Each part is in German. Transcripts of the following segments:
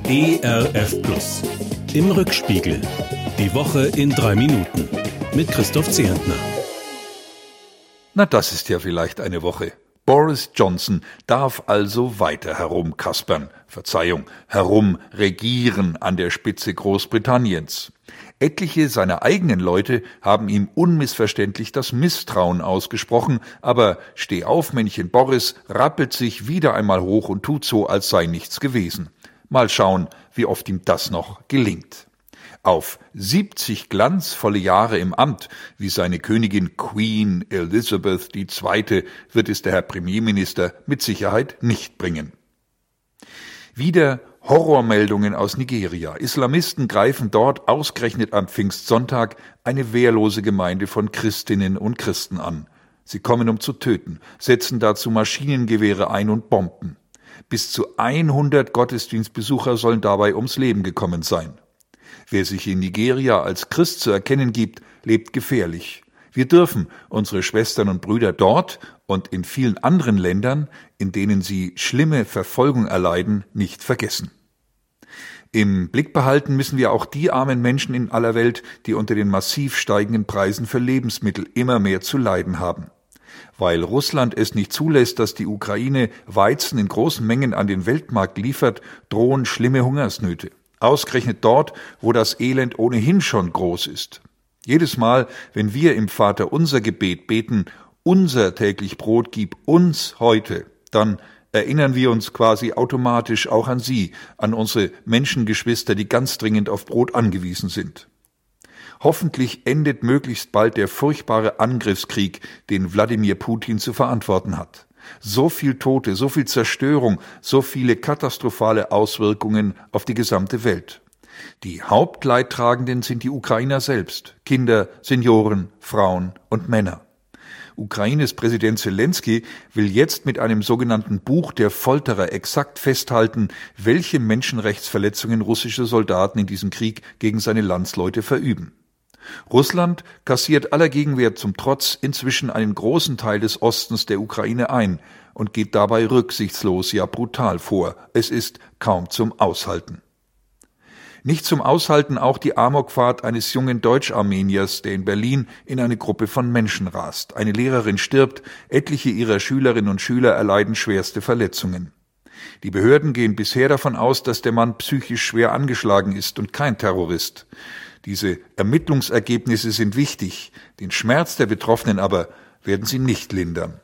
ERF Plus. Im Rückspiegel. Die Woche in 3 Minuten. Mit Christoph Zehentner. Na, das ist ja vielleicht eine Woche. Boris Johnson darf also weiter herumkaspern, herumregieren an der Spitze Großbritanniens. Etliche seiner eigenen Leute haben ihm unmissverständlich das Misstrauen ausgesprochen, aber Stehaufmännchen Boris rappelt sich wieder einmal hoch und tut so, als sei nichts gewesen. Mal schauen, wie oft ihm das noch gelingt. Auf 70 glanzvolle Jahre im Amt, wie seine Königin Queen Elizabeth II., wird es der Herr Premierminister mit Sicherheit nicht bringen. Wieder Horrormeldungen aus Nigeria. Islamisten greifen dort ausgerechnet am Pfingstsonntag eine wehrlose Gemeinde von Christinnen und Christen an. Sie kommen, um zu töten, setzen dazu Maschinengewehre ein und Bomben. Bis zu 100 Gottesdienstbesucher sollen dabei ums Leben gekommen sein. Wer sich in Nigeria als Christ zu erkennen gibt, lebt gefährlich. Wir dürfen unsere Schwestern und Brüder dort und in vielen anderen Ländern, in denen sie schlimme Verfolgung erleiden, nicht vergessen. Im Blick behalten müssen wir auch die armen Menschen in aller Welt, die unter den massiv steigenden Preisen für Lebensmittel immer mehr zu leiden haben. Weil Russland es nicht zulässt, dass die Ukraine Weizen in großen Mengen an den Weltmarkt liefert, drohen schlimme Hungersnöte. Ausgerechnet dort, wo das Elend ohnehin schon groß ist. Jedes Mal, wenn wir im Vaterunser Gebet beten, unser täglich Brot gib uns heute, dann erinnern wir uns quasi automatisch auch an Sie, an unsere Menschengeschwister, die ganz dringend auf Brot angewiesen sind. Hoffentlich endet möglichst bald der furchtbare Angriffskrieg, den Wladimir Putin zu verantworten hat. So viel Tote, so viel Zerstörung, so viele katastrophale Auswirkungen auf die gesamte Welt. Die Hauptleidtragenden sind die Ukrainer selbst, Kinder, Senioren, Frauen und Männer. Ukraines Präsident Zelensky will jetzt mit einem sogenannten Buch der Folterer exakt festhalten, welche Menschenrechtsverletzungen russische Soldaten in diesem Krieg gegen seine Landsleute verüben. Russland kassiert aller Gegenwehr zum Trotz inzwischen einen großen Teil des Ostens der Ukraine ein und geht dabei rücksichtslos, ja brutal vor. Es ist kaum zum Aushalten. Nicht zum Aushalten auch die Amokfahrt eines jungen Deutsch-Armeniers, der in Berlin in eine Gruppe von Menschen rast. Eine Lehrerin stirbt, etliche ihrer Schülerinnen und Schüler erleiden schwerste Verletzungen. Die Behörden gehen bisher davon aus, dass der Mann psychisch schwer angeschlagen ist und kein Terrorist. Diese Ermittlungsergebnisse sind wichtig, den Schmerz der Betroffenen aber werden sie nicht lindern.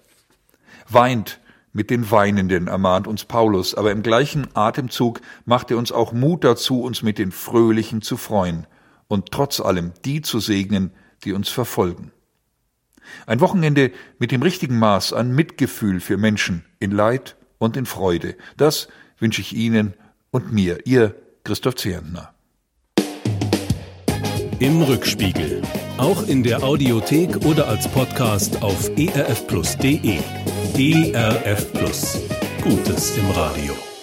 Weint mit den Weinenden, ermahnt uns Paulus, aber im gleichen Atemzug macht er uns auch Mut dazu, uns mit den Fröhlichen zu freuen und trotz allem die zu segnen, die uns verfolgen. Ein Wochenende mit dem richtigen Maß an Mitgefühl für Menschen in Leid und in Freude, das wünsche ich Ihnen und mir, Ihr Christoph Zehentner. Im Rückspiegel. Auch in der Audiothek oder als Podcast auf erfplus.de. ERF Plus. Gutes im Radio.